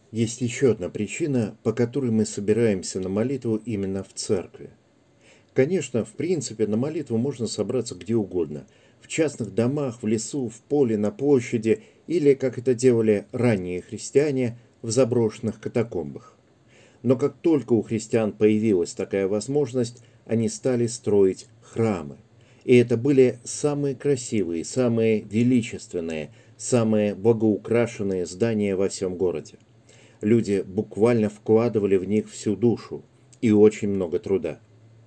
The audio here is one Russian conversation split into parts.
Есть еще одна причина, по которой мы собираемся на молитву именно в церкви. Конечно, в принципе, на молитву можно собраться где угодно. В частных домах, в лесу, в поле, на площади или, как это делали ранние христиане, в заброшенных катакомбах. Но как только у христиан появилась такая возможность, они стали строить храмы. И это были самые красивые, самые величественные, самые богоукрашенные здания во всем городе. Люди буквально вкладывали в них всю душу и очень много труда.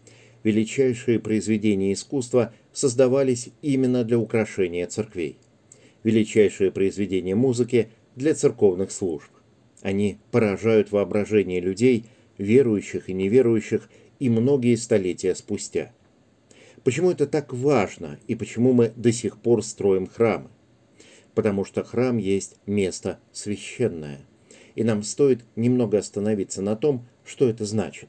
Величайшие произведения искусства создавались именно для украшения церквей. Величайшие произведения музыки для церковных служб. Они поражают воображение людей, верующих и неверующих, и многие столетия спустя. Почему это так важно и почему мы до сих пор строим храмы? Потому что храм есть место священное. И нам стоит немного остановиться на том, что это значит.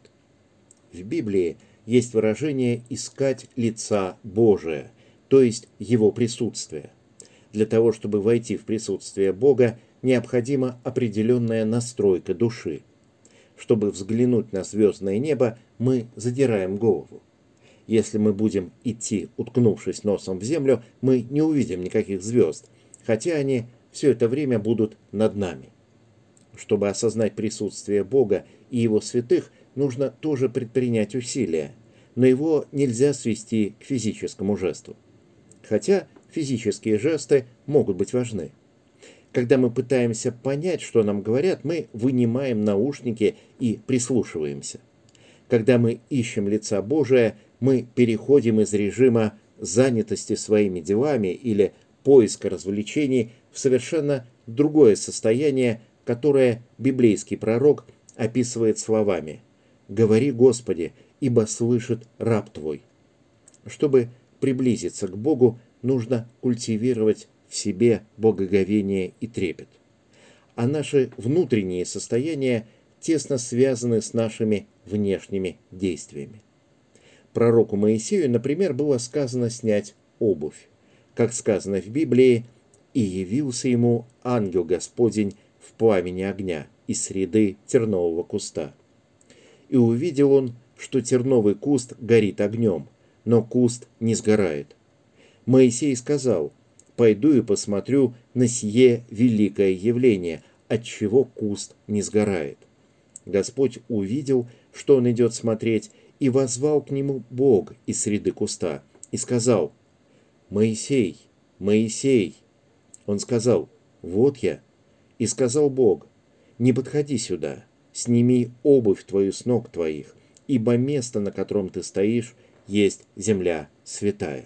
В Библии есть выражение «искать лица Божия», то есть Его присутствие. Для того, чтобы войти в присутствие Бога, необходима определенная настройка души. Чтобы взглянуть на звездное небо, мы задираем голову. Если мы будем идти, уткнувшись носом в землю, мы не увидим никаких звезд, хотя они все это время будут над нами. Чтобы осознать присутствие Бога и Его святых, нужно тоже предпринять усилия, но его нельзя свести к физическому жесту. Хотя физические жесты могут быть важны. Когда мы пытаемся понять, что нам говорят, мы вынимаем наушники и прислушиваемся. Когда мы ищем лица Божия, мы переходим из режима занятости своими делами или поиска развлечений в совершенно другое состояние, которое библейский пророк описывает словами «Говори, Господи, ибо слышит раб Твой». Чтобы приблизиться к Богу, нужно культивировать в себе богоговение и трепет. А наши внутренние состояния тесно связаны с нашими внешними действиями. Пророку Моисею, например, было сказано снять обувь. Как сказано в Библии, «И явился ему ангел Господень в пламени огня из среды тернового куста. И увидел он, что терновый куст горит огнем, но куст не сгорает. Моисей сказал: «Пойду и посмотрю на сие великое явление, отчего куст не сгорает». Господь увидел, что он идет смотреть, и воззвал к нему Бог из среды куста, и сказал: «Моисей, Моисей». Он сказал: «Вот я». И сказал Бог: «Не подходи сюда, сними обувь твою с ног твоих, ибо место, на котором ты стоишь, есть земля святая».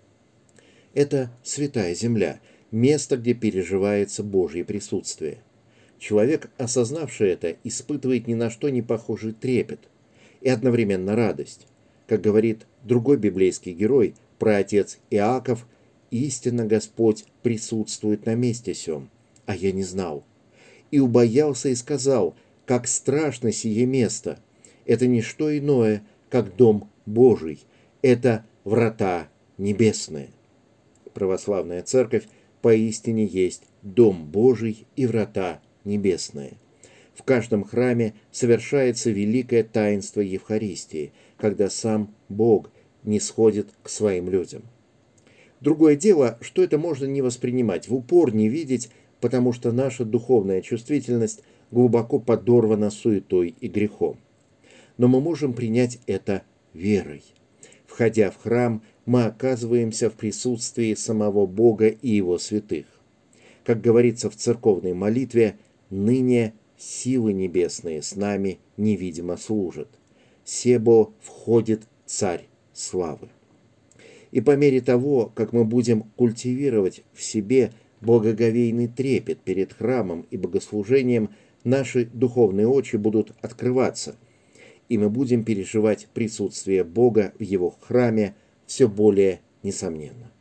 Это святая земля, место, где переживается Божье присутствие. Человек, осознавший это, испытывает ни на что не похожий трепет и одновременно радость. Как говорит другой библейский герой, праотец Иаков: «Истинно Господь присутствует на месте сем, а я не знал. И убоялся и сказал: как страшно сие место! Это не что иное, как дом Божий, это врата небесные». Православная церковь поистине есть дом Божий и врата небесные. В каждом храме совершается великое таинство Евхаристии, когда сам Бог нисходит к своим людям. Другое дело, что это можно не воспринимать, в упор не видеть, потому что наша духовная чувствительность глубоко подорвана суетой и грехом. Но мы можем принять это верой. Входя в храм, мы оказываемся в присутствии самого Бога и Его святых. Как говорится в церковной молитве, «Ныне силы небесные с нами невидимо служат. Себо входит Царь славы». И по мере того, как мы будем культивировать в себе благоговейный трепет перед храмом и богослужением, наши духовные очи будут открываться, и мы будем переживать присутствие Бога в Его храме все более несомненно.